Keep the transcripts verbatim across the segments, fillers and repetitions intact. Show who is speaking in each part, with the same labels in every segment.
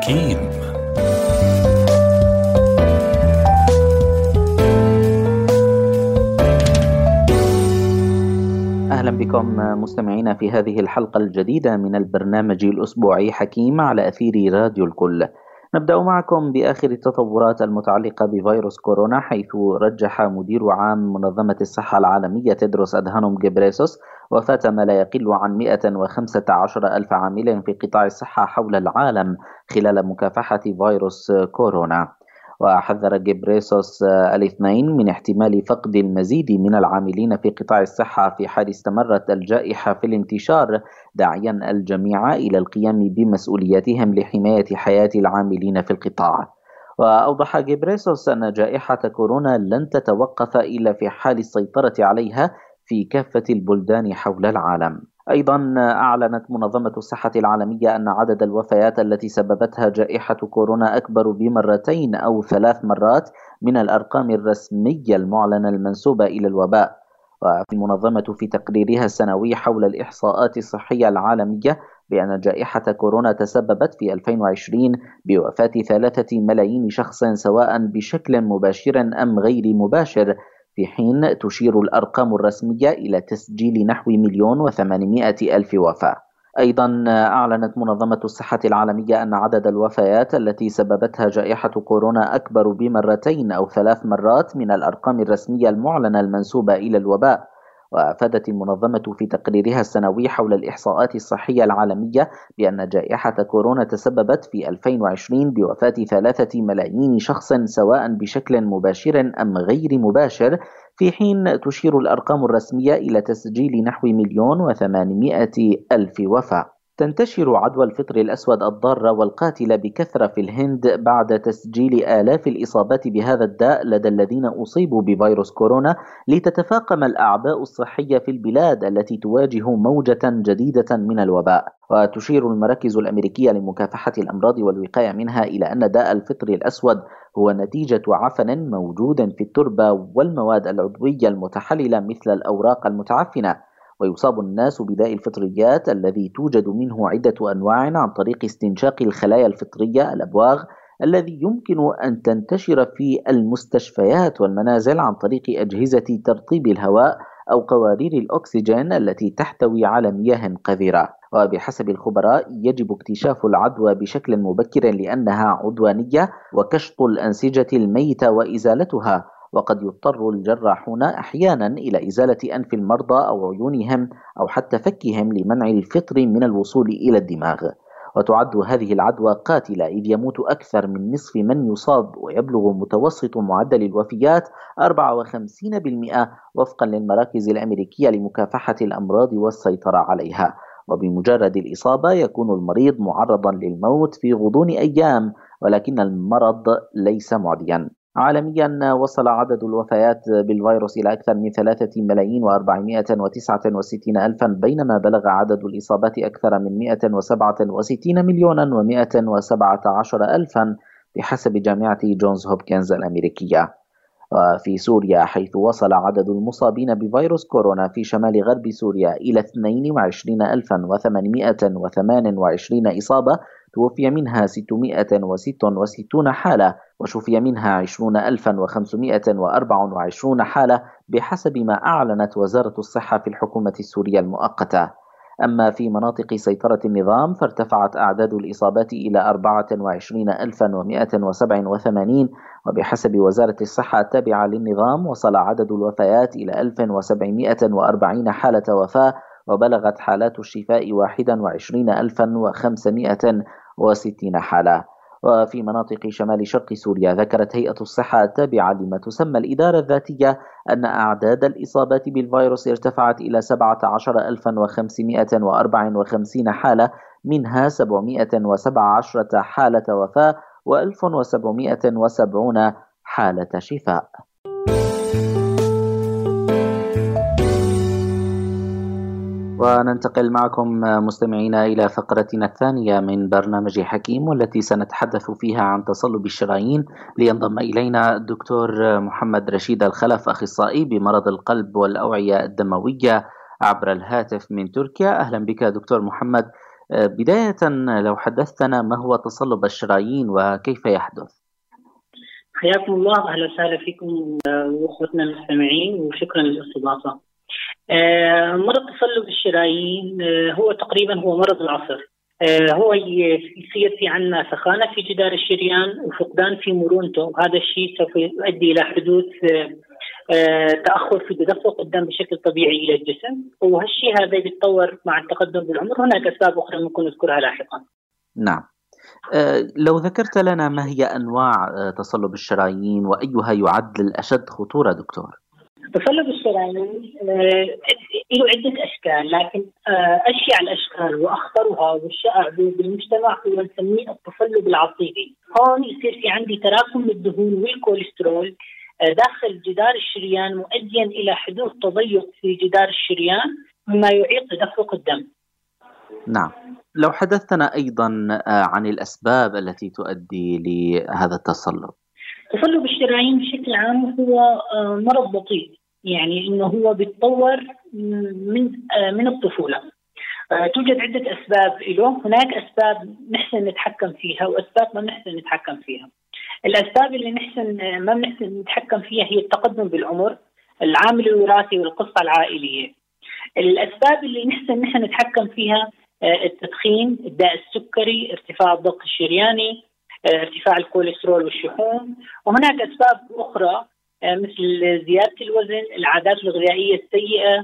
Speaker 1: حكيم.
Speaker 2: أهلا بكم مستمعينا في هذه الحلقة الجديدة من البرنامج الأسبوعي حكيم على أثير راديو الكل. نبدأ معكم بآخر التطورات المتعلقة بفيروس كورونا، حيث رجح مدير عام منظمة الصحة العالمية تيدروس أدهانوم غيبريسوس وفاة ما لا يقل عن مئة وخمسة عشر ألف عامل في قطاع الصحة حول العالم خلال مكافحة فيروس كورونا. وحذر غيبريسوس الاثنين من احتمال فقد المزيد من العاملين في قطاع الصحة في حال استمرت الجائحة في الانتشار، داعيا الجميع إلى القيام بمسؤولياتهم لحماية حياة العاملين في القطاع. وأوضح غيبريسوس أن جائحة كورونا لن تتوقف إلا في حال السيطرة عليها في كافة البلدان حول العالم. أيضا أعلنت منظمة الصحة العالمية أن عدد الوفيات التي سببتها جائحة كورونا أكبر بمرتين أو ثلاث مرات من الأرقام الرسمية المعلنة المنسوبة إلى الوباء. وفي المنظمة في تقريرها السنوي حول الإحصاءات الصحية العالمية بأن جائحة كورونا تسببت في ألفين وعشرين بوفاة ثلاثة ملايين شخص سواء بشكل مباشر أم غير مباشر، في حين تشير الأرقام الرسمية إلى تسجيل نحو مليون وثمانمائة ألف وفاة. أيضا أعلنت منظمة الصحة العالمية أن عدد الوفيات التي سببتها جائحة كورونا أكبر بمرتين أو ثلاث مرات من الأرقام الرسمية المعلنة المنسوبة إلى الوباء. وأفادت المنظمة في تقريرها السنوي حول الإحصاءات الصحية العالمية بأن جائحة كورونا تسببت في ألفين وعشرين بوفاة ثلاثة ملايين شخص سواء بشكل مباشر أم غير مباشر، في حين تشير الأرقام الرسمية إلى تسجيل نحو مليون وثمانمائة ألف وفاة. تنتشر عدوى الفطر الأسود الضارة والقاتلة بكثرة في الهند بعد تسجيل آلاف الإصابات بهذا الداء لدى الذين أصيبوا بفيروس كورونا، لتتفاقم الأعباء الصحية في البلاد التي تواجه موجة جديدة من الوباء. وتشير المراكز الأمريكية لمكافحة الأمراض والوقاية منها إلى أن داء الفطر الأسود هو نتيجة عفن موجود في التربة والمواد العضوية المتحللة مثل الأوراق المتعفنة. ويصاب الناس بداء الفطريات الذي توجد منه عدة أنواع عن طريق استنشاق الخلايا الفطرية الأبواغ، الذي يمكن أن تنتشر في المستشفيات والمنازل عن طريق أجهزة ترطيب الهواء أو قوارير الأكسجين التي تحتوي على مياه قذرة. وبحسب الخبراء يجب اكتشاف العدوى بشكل مبكر لأنها عدوانية وكشط الأنسجة الميتة وإزالتها، وقد يضطر الجراحون أحيانا إلى إزالة أنف المرضى أو عيونهم أو حتى فكهم لمنع الفطر من الوصول إلى الدماغ. وتعد هذه العدوى قاتلة إذ يموت أكثر من نصف من يصاب، ويبلغ متوسط معدل الوفيات أربعة وخمسين بالمئة وفقا للمراكز الأمريكية لمكافحة الأمراض والسيطرة عليها. وبمجرد الإصابة يكون المريض معرضا للموت في غضون أيام، ولكن المرض ليس معديا. عالميا وصل عدد الوفيات بالفيروس إلى أكثر من ثلاثة ملايين وأربعمائة وتسعة وستين ألفا، بينما بلغ عدد الإصابات أكثر من مئة وسبعة وستين مليونا ومئة وسبعة عشر ألفا بحسب جامعة جونز هوبكنز الأمريكية. وفي سوريا، حيث وصل عدد المصابين بفيروس كورونا في شمال غرب سوريا إلى اثنين وعشرين ألفا وثمانمائة وثمانية وعشرين إصابة، توفي منها ستمائة وستة وستون حالة وشفي منها عشرين ألفا وخمسمائة وأربعة وعشرين حالة بحسب ما أعلنت وزارة الصحة في الحكومة السورية المؤقتة. أما في مناطق سيطرة النظام فارتفعت أعداد الإصابات إلى أربعة وعشرين ألفا ومئة وسبعة وثمانين، وبحسب وزارة الصحة التابعة للنظام وصل عدد الوفيات إلى ألف وسبعمائة وأربعين حالة وفاة، وبلغت حالات الشفاء واحد وعشرين ألفا وخمسمائة وستين حالة. وفي مناطق شمال شرق سوريا ذكرت هيئة الصحة التابعة لما تسمى الإدارة الذاتية أن أعداد الإصابات بالفيروس ارتفعت إلى سبعة عشر ألفا وخمسمائة وأربعة وخمسين حالة، منها سبعمائة وسبعة عشر حالة وفاة وألف وسبعمائة وسبعين حالة شفاء. وننتقل معكم مستمعينا إلى فقرتنا الثانية من برنامج حكيم، والتي سنتحدث فيها عن تصلب الشرايين. لينضم إلينا الدكتور محمد رشيد الخلف، أخصائي بمرض القلب والأوعية الدموية عبر الهاتف من تركيا. أهلا بك دكتور محمد. بداية، لو حدثتنا ما هو تصلب الشرايين وكيف يحدث؟
Speaker 1: حياكم الله، أهلا وسهلا فيكم وأخوتنا المستمعين، وشكرا للاستضافة. آه، مرض تصلب الشرايين آه، هو تقريبا هو مرض العصر. آه، هو يصير في عنا سخانة في جدار الشريان وفقدان في مرونته. هذا الشيء سوف يؤدي إلى حدوث آه، آه، تأخر في تدفق الدم بشكل طبيعي إلى الجسم، وهالشيء هذا بيتطور مع التقدم بالعمر. هناك أسباب أخرى ممكن نذكرها لاحقا.
Speaker 2: نعم. أه لو ذكرت لنا ما هي أنواع أه تصلب الشرايين وأيها يعد الأشد خطورة دكتور؟
Speaker 1: تصلب الشرايين آه، له عدة أشكال، لكن آه، أشيع الأشكال وأخطرها والشائع بالمجتمع هو نسميه التصلب العصيبي. هون يصير في عندي تراكم للدهون والكوليسترول آه، داخل جدار الشريان، مؤديا إلى حدوث تضيق في جدار الشريان مما يعيق تدفق الدم.
Speaker 2: نعم. لو حدثنا أيضا عن الأسباب التي تؤدي لهذا التصلب.
Speaker 1: تصلب الشرايين بشكل عام هو مرض بطيء، يعني انه هو بيتطور من من الطفوله. توجد عده اسباب له. هناك اسباب نحسن نتحكم فيها واسباب ما نحسن نتحكم فيها. الاسباب اللي نحسن ما بنحسن نتحكم فيها هي التقدم بالعمر، العامل الوراثي والقصه العائليه. الاسباب اللي نحسن نحن نتحكم فيها التدخين، الداء السكري، ارتفاع الضغط الشرياني، ارتفاع الكوليسترول والشحوم. وهناك أسباب أخرى مثل زيادة الوزن، العادات الغذائية السيئة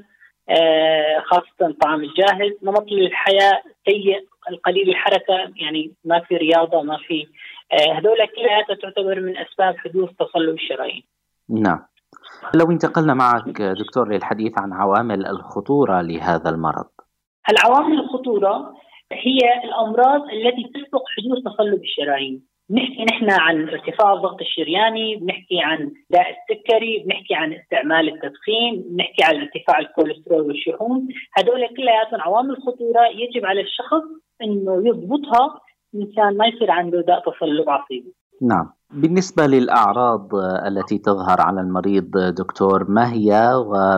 Speaker 1: خاصة الطعام الجاهز، نمط الحياة سيء، القليل الحركة، يعني ما في رياضة، ما في هذول كلها تعتبر من أسباب حدوث تصلب الشرايين.
Speaker 2: نعم. لو انتقلنا معك دكتور للحديث عن عوامل الخطورة لهذا المرض.
Speaker 1: العوامل الخطورة هي الأمراض التي تسبق حدوث تصلب الشرايين. بنحكي نحن عن ارتفاع الضغط الشرياني، بنحكي عن داء السكري، بنحكي عن استعمال التدخين، بنحكي عن ارتفاع الكوليسترول والشحوم. هدول كلها عوامل خطورة يجب على الشخص انه يضبطها مشان ما يصير عنده داء تصلب عصيبي.
Speaker 2: نعم. بالنسبة للأعراض التي تظهر على المريض دكتور، ما هي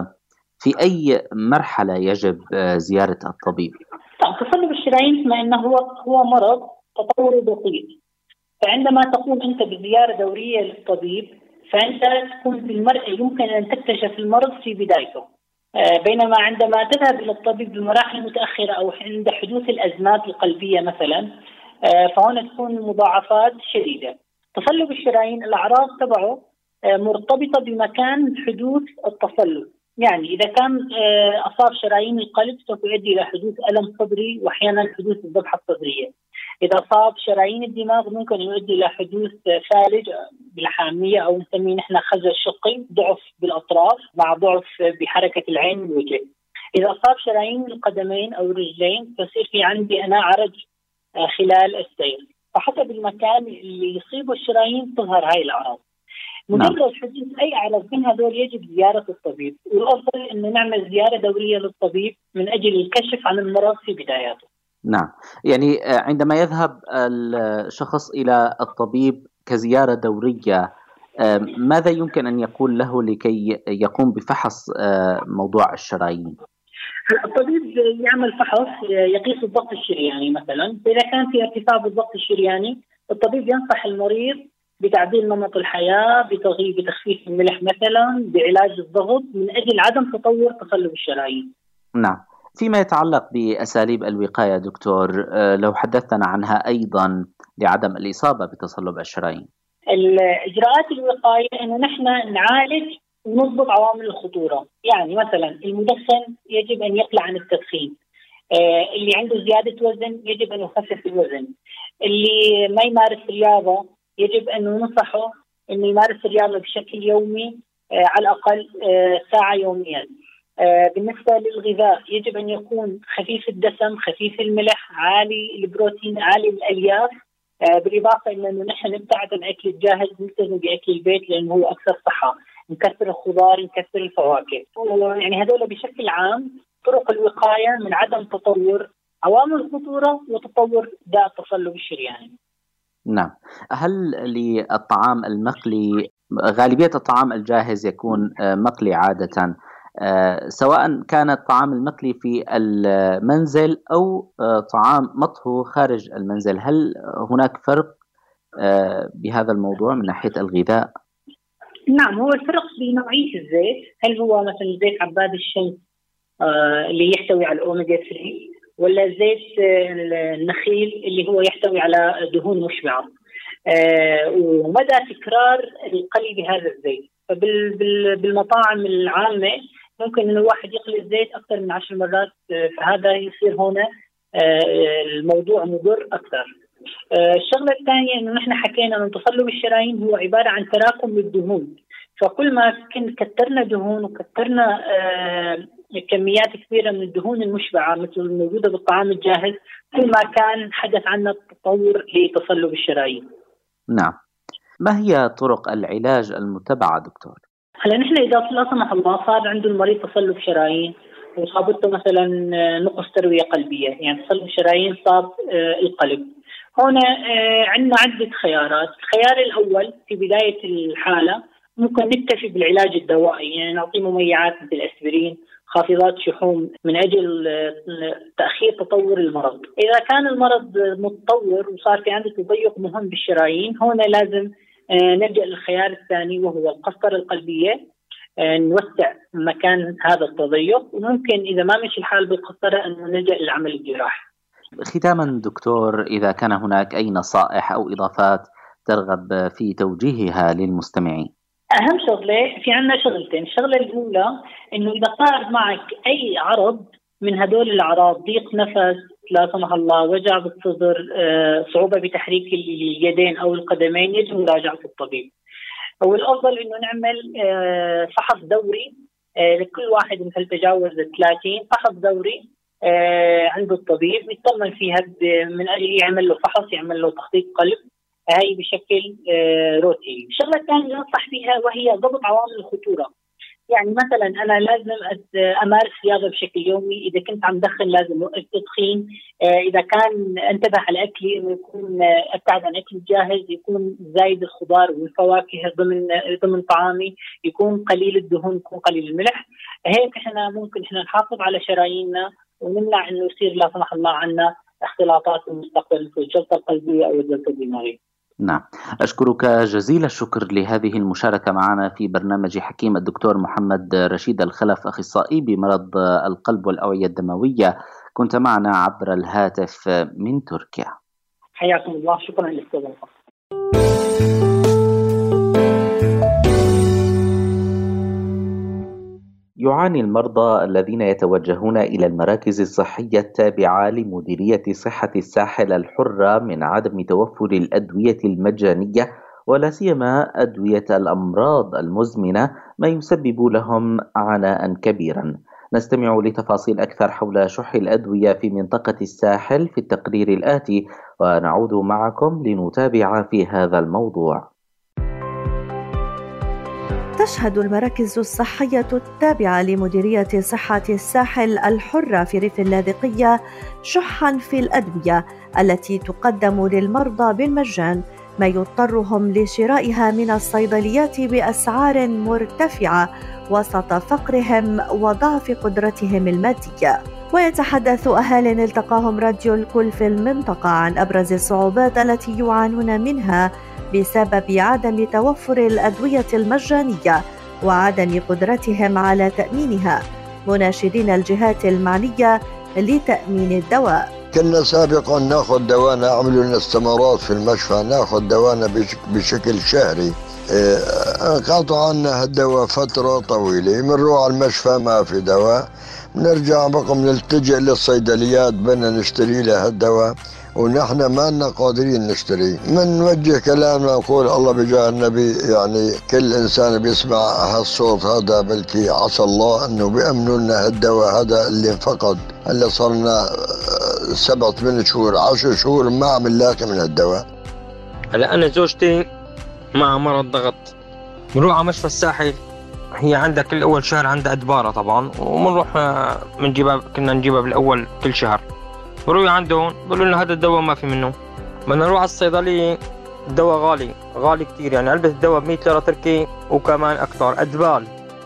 Speaker 2: وفي أي مرحلة يجب زيارة الطبيب؟
Speaker 1: طبعا تصلب الشرايين بما انه هو هو مرض تطوري بطيء، فعندما تقوم أنت بزيارة دورية للطبيب فأنت تكون بالمرء يمكن أن تكتشف المرض في بدايته، بينما عندما تذهب إلى الطبيب بمراحل متأخرة أو عند حدوث الأزمات القلبية مثلا فهنا تكون المضاعفات شديدة. تصلب الشرايين الأعراض تبعه مرتبطة بمكان حدوث التصلب، يعني إذا كان أصاب شرايين القلب سوف يؤدي إلى حدوث ألم صدري وأحيانا حدوث الذبحة الصدرية. إذا صاب شرايين الدماغ ممكن يؤدي إلى حدوث فالج بالحامية أو نسميه نحن خزل شقي، ضعف بالأطراف مع ضعف بحركة العين والوجه. إذا صاب شرايين القدمين أو الرجلين فيصير في عندي أنا عرج خلال السير. فحسب المكان اللي يصيبه الشرايين تظهر هاي الأعراض. مجرد حدوث أي أعراض من هذول يجب زيارة الطبيب، والأفضل إنه نعمل زيارة دورية للطبيب من أجل الكشف عن المرض في بداياته.
Speaker 2: نعم، يعني عندما يذهب الشخص إلى الطبيب كزيارة دورية ماذا يمكن أن يقول له لكي يقوم بفحص موضوع الشرايين؟
Speaker 1: الطبيب يعمل فحص يقيس الضغط الشرياني مثلا. إذا كان في ارتفاع بالضغط الشرياني الطبيب ينصح المريض بتعديل نمط الحياة، بتغيير بتخفيف الملح مثلا، بعلاج الضغط من أجل عدم تطور تصلب الشرايين.
Speaker 2: نعم. فيما يتعلق بأساليب الوقاية دكتور، لو حدثنا عنها أيضا لعدم الإصابة بتصلب الشرايين.
Speaker 1: الإجراءات الوقاية أنه نحن نعالج ونضبط عوامل الخطورة، يعني مثلا المدخن يجب أن يقلع عن التدخين، اللي عنده زيادة وزن يجب أن يخفف الوزن، اللي ما يمارس رياضة يجب أن ننصحه أنه يمارس الرياضة بشكل يومي على الأقل ساعة يوميا. بالنسبة للغذاء يجب أن يكون خفيف الدسم، خفيف الملح، عالي البروتين، عالي الألياف، بالإضافة إلى أنه نحن نبتعد عن أكل الجاهز، نلتزم بأكل البيت لأنه هو أكثر صحة، نكثر الخضار، نكثر الفواكه. يعني هذول بشكل عام طرق الوقاية من عدم تطور عوامل الخطورة وتطور داء التصلب الشرياني.
Speaker 2: نعم. هل للطعام المقلي، غالبية الطعام الجاهز يكون مقلي عادة، سواء كان الطعام المقلي في المنزل أو طعام مطهو خارج المنزل. هل هناك فرق بهذا الموضوع من ناحية الغذاء؟
Speaker 1: نعم، هو الفرق بنوعية الزيت. هل هو مثلا زيت عباد الشمس اللي يحتوي على الأوميجا ثلاثة، ولا زيت النخيل اللي هو يحتوي على دهون مشبعة، ومدى تكرار القلي بهذا الزيت. فبالمطاعم العامة ممكن إنه الواحد يقلي الزيت أكثر من عشر مرات، فهذا يصير هنا الموضوع مضر أكثر. الشغلة الثانية إنه نحن حكينا أن تصلب الشرايين هو عبارة عن تراكم للدهون، فكل ما كترنا دهون وكترنا كميات كبيرة من الدهون المشبعة مثل الموجودة بالطعام الجاهز، كل ما كان حدث عنا تطور لتصلب الشرايين.
Speaker 2: نعم، ما هي طرق العلاج المتبعة دكتور؟
Speaker 1: هلا نحن إذا لا سمح الله صار عنده المريض تصلب شرايين وصابته مثلا نقص تروية قلبية، يعني تصلب الشرايين صاب القلب، هنا عندنا عدة خيارات. الخيار الأول في بداية الحالة ممكن نكتفي بالعلاج الدوائي، يعني نعطي مميعات مثل الأسبرين، خافضات شحوم، من أجل تأخير تطور المرض. إذا كان المرض متطور وصار في عنده تضيق مهم بالشرايين، هنا لازم نلجأ للخيار الثاني وهو القسطرة القلبية، نوسع مكان هذا التضيق، وممكن إذا ما مشي الحال بالقسطرة أن نلجأ للعمل الجراحي.
Speaker 2: ختاما دكتور، إذا كان هناك أي نصائح أو إضافات ترغب في توجيهها للمستمعين؟
Speaker 1: أهم شغلة في عنا شغلتين. الشغلة الأولى إنه إذا صار معك أي عرض من هدول الأعراض، ضيق نفس لا سمح الله، وجع بالصدر، صعوبة بتحريك اليدين أو القدمين، يجب مراجعة الطبيب. والأفضل إنه نعمل فحص دوري لكل واحد مثل تجاوز ثلاثين، فحص دوري عند الطبيب يطمن فيها من أجل يعمل له فحص، يعمل له تخطيط قلب، هاي بشكل روتيني. الشغلة الثانية ننصح فيها وهي ضبط عوامل الخطورة. يعني مثلا أنا لازم أمارس رياضة بشكل يومي، إذا كنت عم دخن لازم أوقف تدخين، إذا كان انتبه على أكلي إنه يكون أبتعد عن أكل جاهز، يكون زايد الخضار والفواكه ضمن ضمن طعامي، يكون قليل الدهون، يكون قليل الملح. هيك إحنا ممكن إحنا نحافظ على شراييننا ونمنع إنه يصير لا سمح الله عنا اختلاطات في المستقبل مثل الجلطة القلبية أو الجلطة الدماغية.
Speaker 2: نعم، أشكرك جزيل الشكر لهذه المشاركة معنا في برنامج حكيم الدكتور محمد رشيد الخلف، أخصائي بمرض القلب والأوعية الدموية، كنت معنا عبر الهاتف من تركيا.
Speaker 1: حياكم الله، شكرا للاستضافة.
Speaker 2: يعاني المرضى الذين يتوجهون إلى المراكز الصحية التابعة لمديرية صحة الساحل الحرة من عدم توفر الأدوية المجانية، ولا سيما أدوية الأمراض المزمنة، ما يسبب لهم عناء كبيرا. نستمع لتفاصيل أكثر حول شح الأدوية في منطقة الساحل في التقرير الآتي، ونعود معكم لنتابع في هذا الموضوع.
Speaker 3: تشهد المراكز الصحية التابعة لمديرية صحة الساحل الحرة في ريف اللاذقية شحا في الأدوية التي تقدم للمرضى بالمجان، ما يضطرهم لشرائها من الصيدليات بأسعار مرتفعة وسط فقرهم وضعف قدرتهم المادية. ويتحدث أهالي التقاهم راديو الكل في المنطقة عن أبرز الصعوبات التي يعانون منها بسبب عدم توفر الأدوية المجانية وعدم قدرتهم على تأمينها، مناشدين الجهات المعنية لتأمين الدواء.
Speaker 4: كنا سابقا ناخذ دواءنا، عملوا لنا استمارات في المشفى، ناخذ دواءنا بشكل شهري. قاطعوا عنا هالدواء فترة طويلة، بنروح على المشفى ما في دواء، بنرجع بقى بنلتجئ للصيدليات بدنا نشتري لها الدواء ونحن ما لنا قادرين نشتري. من نوجه كلامنا نقول الله بجاه النبي، يعني كل انسان بيسمع هالصوت هذا بلكي عسى الله انه بيأمنوا لنا هالدواء هذا اللي انفقد. هلا صرنا سبع ثمان شهور عشر شهور ما عم نلاقي من هالدواء.
Speaker 5: هلا انا زوجتي مع مرض ضغط، بنروح على مشفى الساحل، هي عندها كل اول شهر عندها ادباره طبعا، وبنروح بنجيبها، كنا نجيبها بالاول كل شهر، بروح عندهم بقولوا لنا هذا الدواء ما في منه. بدنا نروح على الصيدليه، الدواء غالي غالي كتير، يعني علبه الدواء ب مية ليره تركي وكمان اكثر. ادبال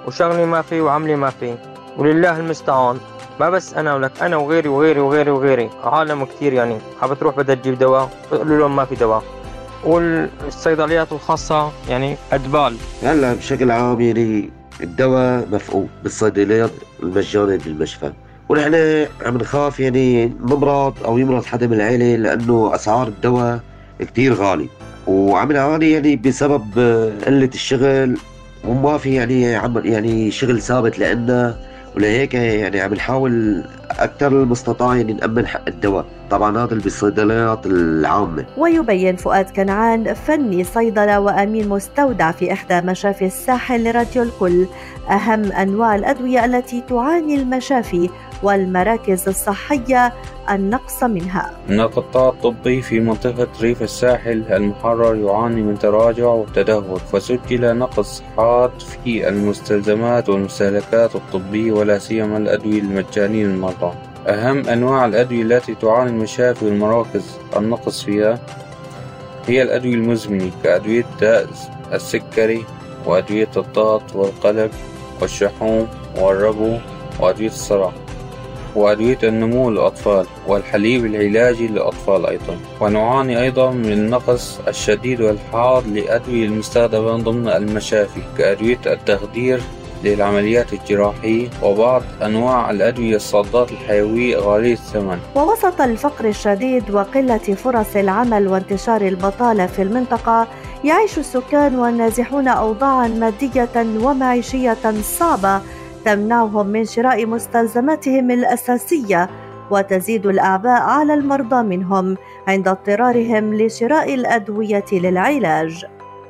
Speaker 5: وشغلي ما في وعملي ما في، ولله المستعان. ما بس أنا ولك، أنا وغيري وغيري وغيري وغيري عالم كتير يعني حابة تروح بدها تجيب دواء تقول لهم ما في دواء. والصيدليات الخاصة يعني أدبال.
Speaker 6: هلا بشكل عام يعني الدواء مفقود بالصيدليات المجانية بالمشفى، ونحن عم نخاف يعني نمرض أو يمرض حدا من العيلة لأنه أسعار الدواء كتير غالي، وعم نعاني يعني بسبب قلة الشغل، وما في يعني عمل يعني شغل ثابت لنا، ولهيك يعني عم نحاول أكثر المستطاع يعني نأمن حق الدواء، طبعا هذا بالصيدليات العامة.
Speaker 3: ويبين فؤاد كنعان فني صيدلة وأمين مستودع في إحدى مشافي الساحل لراديو الكل أهم أنواع الأدوية التي تعاني المشافي والمراكز الصحية النقص منها.
Speaker 7: إن القطاع الطبي في منطقة ريف الساحل المحرر يعاني من تراجع وتدهور، فسجل نقص حاد في المستلزمات والمستهلكات الطبية ولا سيما الأدوية المجانية للمرضى. أهم أنواع الأدوية التي تعاني المشافي والمراكز النقص فيها هي الأدوية المزمنة كأدوية داء السكري وأدوية الضغط والقلب والشحوم والربو وأدوية الصرع وأدوية النمو للأطفال والحليب العلاجي للأطفال أيضا. ونعاني أيضا من النقص الشديد والحاد لأدوية المستخدمة ضمن المشافي كأدوية التخدير للعمليات الجراحية وبعض أنواع الأدوية الصادات الحيوية غالية الثمن.
Speaker 3: ووسط الفقر الشديد وقلة فرص العمل وانتشار البطالة في المنطقة، يعيش السكان والنازحون أوضاعا مادية ومعيشية صعبة تمنعهم من شراء مستلزماتهم الأساسية، وتزيد الأعباء على المرضى منهم عند اضطرارهم لشراء الأدوية للعلاج.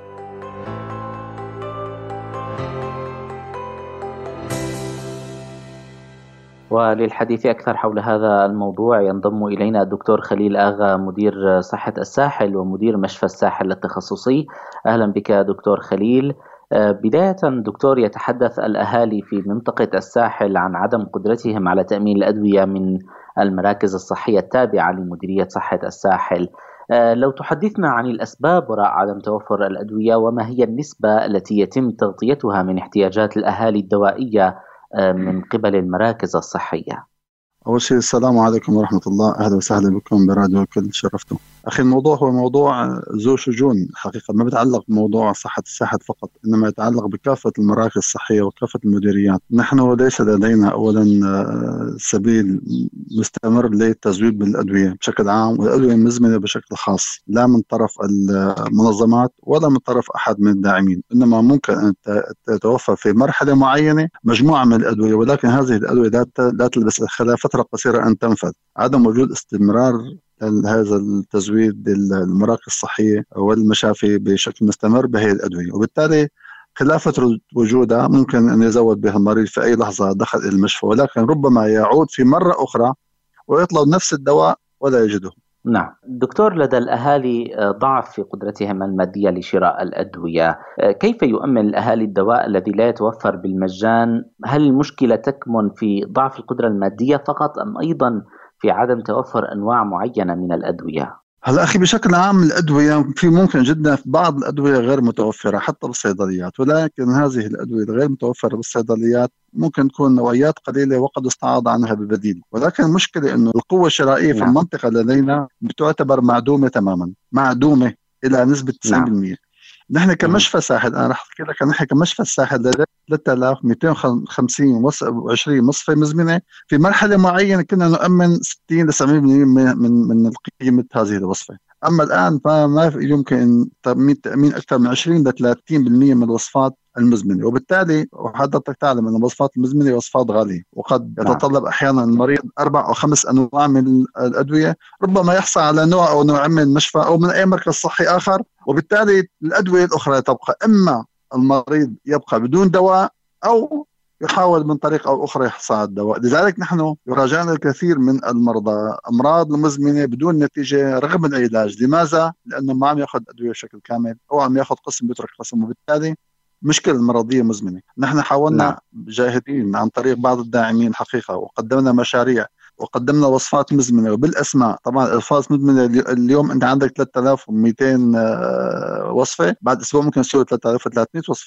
Speaker 2: وللحديث أكثر حول هذا الموضوع ينضم إلينا الدكتور خليل آغا مدير صحة الساحل ومدير مشفى الساحل التخصصي. أهلا بك دكتور خليل. بداية دكتور، يتحدث الأهالي في منطقة الساحل عن عدم قدرتهم على تأمين الأدوية من المراكز الصحية التابعة لمديرية صحة الساحل. لو تحدثنا عن الأسباب وراء عدم توفر الأدوية، وما هي النسبة التي يتم تغطيتها من احتياجات الأهالي الدوائية من قبل المراكز الصحية؟
Speaker 8: أول شيء السلام عليكم ورحمة الله، أهلا وسهلا بكم براديو الكل، شرفتم. أخي الموضوع هو موضوع ذو شجون حقيقة، ما بيتعلق بموضوع صحة الساحل فقط، إنما يتعلق بكافة المراكز الصحية وكافة المديريات. نحن ليس لدينا أولا سبيل مستمر للتزويد بالأدوية بشكل عام والأدوية المزمنة بشكل خاص، لا من طرف المنظمات ولا من طرف أحد من الداعمين، إنما ممكن أن تتوفر في مرحلة معينة مجموعة من الأدوية، ولكن هذه الأدوية لا تلبس خلال فترة قصيرة أن تنفذ. عدم وجود استمرار هذا التزويد المراكز الصحية والمشافي بشكل مستمر بهذه الأدوية، وبالتالي خلال فترة وجودها ممكن أن يزود بها المريض في أي لحظة دخل إلى المشفى، ولكن ربما يعود في مرة أخرى ويطلب نفس الدواء ولا يجده.
Speaker 2: نعم دكتور، لدى الأهالي ضعف في قدرتهم المادية لشراء الأدوية، كيف يؤمن الأهالي الدواء الذي لا يتوفر بالمجان؟ هل المشكلة تكمن في ضعف القدرة المادية فقط أم أيضا في عدم توفر أنواع معينة من الأدوية؟
Speaker 8: هلا أخي بشكل عام الأدوية في ممكن جدا في بعض الأدوية غير متوفرة حتى بالصيدليات، ولكن هذه الأدوية الغير متوفرة بالصيدليات ممكن تكون نوعيات قليلة وقد استعاض عنها ببديل، ولكن المشكلة أنه القوة الشرائية في المنطقة لدينا بتعتبر معدومة تماما، معدومة إلى نسبة تسعين بالمئة. نحن كمشفى ساحل، أنا رح أحكي لك، نحن كمشفى الساحل لدينا ثلاثة آلاف ومئتين وخمسين وعشرين مصفى مزمنة. في مرحلة معينة كنا نؤمن ستين إلى سبعين بالمئة من من قيمة هذه الوصفة، أما الآن فما يمكن تأمين أكثر من عشرين إلى ثلاثين بالمئة من الوصفات المزمنة، وبالتالي وحضرتك تعلم أن الوصفات المزمنة وصفات غالية، وقد يتطلب أحيانا المريض أربع أو خمس أنواع من الأدوية، ربما يحصل على نوع أو نوعين من المشفى أو من أي مركز صحي آخر، وبالتالي الأدوية الأخرى تبقى إما المريض يبقى بدون دواء أو يحاول من طريقة أو أخرى يحصل على الدواء. لذلك نحن يراجعنا الكثير من المرضى أمراض مزمنة بدون نتيجة رغم العلاج. لماذا؟ لأنه ما عم يأخذ أدوية بشكل كامل أو عم يأخذ قسم بيترك قسم، وبالتالي مشكلة المرضية مزمنة. نحن حاولنا نعم. جاهدين عن طريق بعض الداعمين حقيقة، وقدمنا مشاريع وقدمنا وصفات مزمنة وبالأسماء. طبعا الألفاظ مزمنة اليوم أنت عندك ثلاثة آلاف ومئتين وصفة، بعد أسبوع ممكن يصير ثلاثة آلاف وثلاثمئة وصفة.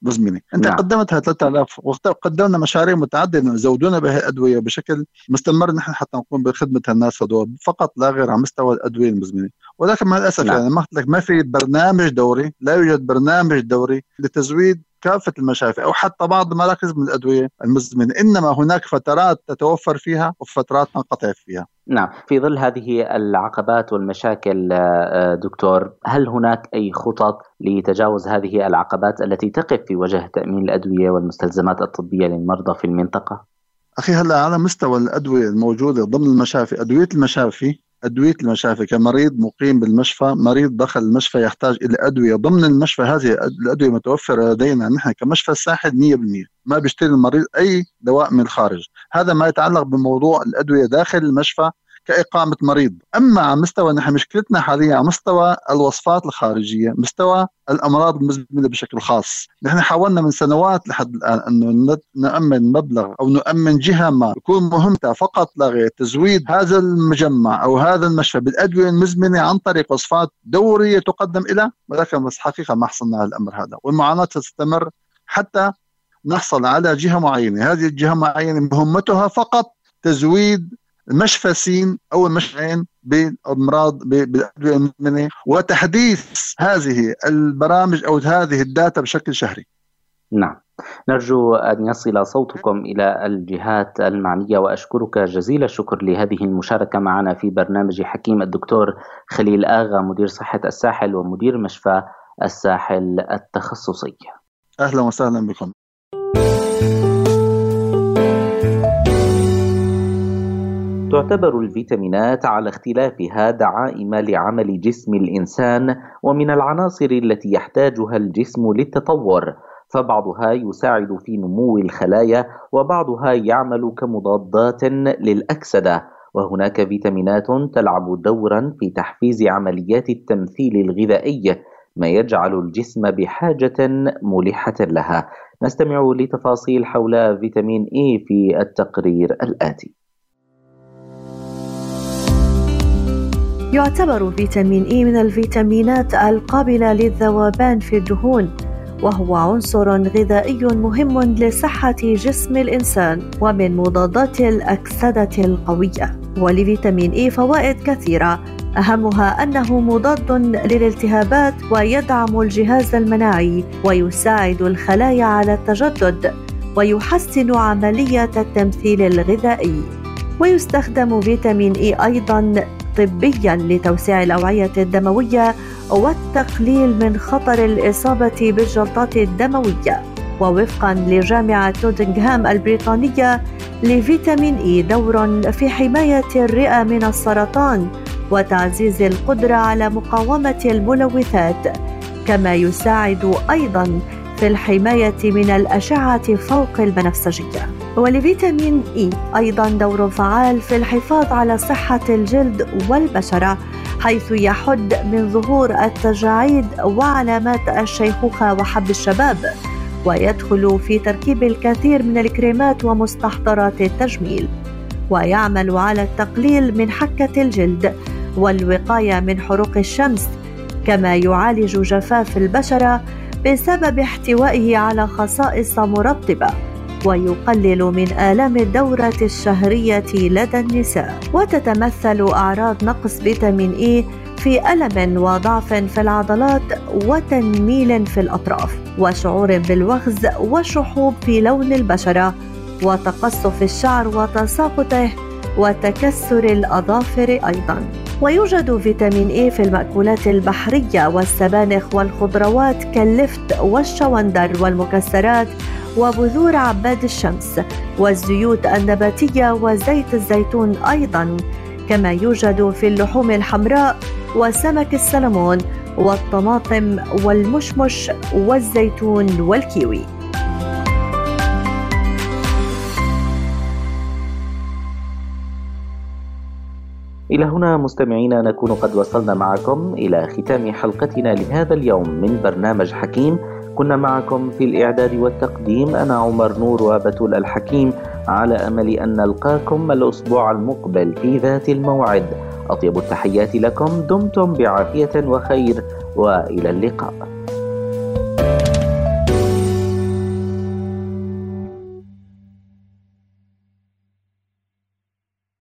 Speaker 8: مزمنة. أنت نعم. قدمتها ثلاثة آلاف وقدمنا مشاريع متعددة زودونا بها الأدوية بشكل مستمر نحن حتى نقوم بخدمة الناس هذول فقط لا غير على مستوى الأدوية المزمنة. ولكن مع الأسف نعم. يعني ما لك ما في برنامج دوري، لا يوجد برنامج دوري لتزويد كافة المشافي أو حتى بعض المراكز من الأدوية المزمنة، إنما هناك فترات تتوفر فيها وفترات تنقطع فيها.
Speaker 2: نعم. في ظل هذه العقبات والمشاكل دكتور، هل هناك أي خطط لتجاوز هذه العقبات التي تقف في وجه تأمين الأدوية والمستلزمات الطبية للمرضى في المنطقة؟
Speaker 8: أخي هلا على مستوى الأدوية الموجودة ضمن المشافي، أدوية المشافي أدوية المشافي كمريض مقيم بالمشفى، مريض دخل المشفى يحتاج إلى أدوية ضمن المشفى، هذه الأدوية متوفرة لدينا نحن كمشفى الساحل مية بالمية، ما بيشتري المريض أي دواء من الخارج. هذا ما يتعلق بموضوع الأدوية داخل المشفى كإقامة مريض. أما على مستوى نحن مشكلتنا حاليا على مستوى الوصفات الخارجية، مستوى الأمراض المزمنة بشكل خاص. نحن حاولنا من سنوات لحد الآن أنه نأمن مبلغ أو نؤمن جهة ما يكون مهمتها فقط لا غير تزويد هذا المجمع أو هذا المشفى بالأدوية المزمنة عن طريق وصفات دورية تقدم إلى، ولكن بس حقيقة ما حصلنا على الأمر هذا، والمعاناة تستمر حتى نحصل على جهة معينة. هذه الجهة معينة مهمتها فقط تزويد المشفى سين أو المشفين بالأمراض بالأدوية المزمنة وتحديث هذه البرامج أو هذه الداتا بشكل شهري.
Speaker 2: نعم، نرجو أن يصل صوتكم إلى الجهات المعنية، وأشكرك جزيل الشكر لهذه المشاركة معنا في برنامج حكيم الدكتور خليل آغا، مدير صحة الساحل ومدير مشفى الساحل التخصصي.
Speaker 8: أهلا وسهلا بكم.
Speaker 2: تعتبر الفيتامينات على اختلافها دعائم لعمل جسم الإنسان، ومن العناصر التي يحتاجها الجسم للتطور، فبعضها يساعد في نمو الخلايا وبعضها يعمل كمضادات للأكسدة، وهناك فيتامينات تلعب دورا في تحفيز عمليات التمثيل الغذائي، ما يجعل الجسم بحاجة ملحة لها. نستمع لتفاصيل حول فيتامين إي في التقرير الآتي.
Speaker 3: يعتبر فيتامين إي من الفيتامينات القابلة للذوبان في الدهون، وهو عنصر غذائي مهم لصحة جسم الإنسان ومن مضادات الأكسدة القوية. ولفيتامين إي فوائد كثيرة، أهمها أنه مضاد للالتهابات ويدعم الجهاز المناعي ويساعد الخلايا على التجدد ويحسن عملية التمثيل الغذائي. ويستخدم فيتامين إي أيضاً طبياً لتوسيع الأوعية الدموية والتقليل من خطر الإصابة بالجلطات الدموية. ووفقاً لجامعة نوتنغهام البريطانية، لفيتامين إي دور في حماية الرئة من السرطان وتعزيز القدرة على مقاومة الملوثات، كما يساعد أيضاً في الحماية من الأشعة فوق البنفسجية. ولفيتامين إي أيضاً دور فعال في الحفاظ على صحة الجلد والبشرة، حيث يحد من ظهور التجاعيد وعلامات الشيخوخة وحب الشباب، ويدخل في تركيب الكثير من الكريمات ومستحضرات التجميل، ويعمل على التقليل من حكة الجلد والوقاية من حروق الشمس، كما يعالج جفاف البشرة بسبب احتوائه على خصائص مرطبة، ويقلل من آلام الدورة الشهرية لدى النساء. وتتمثل أعراض نقص فيتامين إي في ألم وضعف في العضلات وتنميل في الأطراف وشعور بالوخز وشحوب في لون البشرة وتقصف الشعر وتساقطه وتكسر الأظافر أيضاً. ويوجد فيتامين إي في المأكولات البحرية والسبانخ والخضروات كاللفت والشوندر والمكسرات وبذور عباد الشمس والزيوت النباتية وزيت الزيتون أيضاً، كما يوجد في اللحوم الحمراء وسمك السلمون والطماطم والمشمش والزيتون والكيوي.
Speaker 2: إلى هنا مستمعينا نكون قد وصلنا معكم إلى ختام حلقتنا لهذا اليوم من برنامج حكيم. كنا معكم في الإعداد والتقديم أنا عمر نور وبتول الحكيم، على أمل أن نلقاكم الأسبوع المقبل في ذات الموعد. أطيب التحيات لكم، دمتم بعافية وخير، وإلى اللقاء.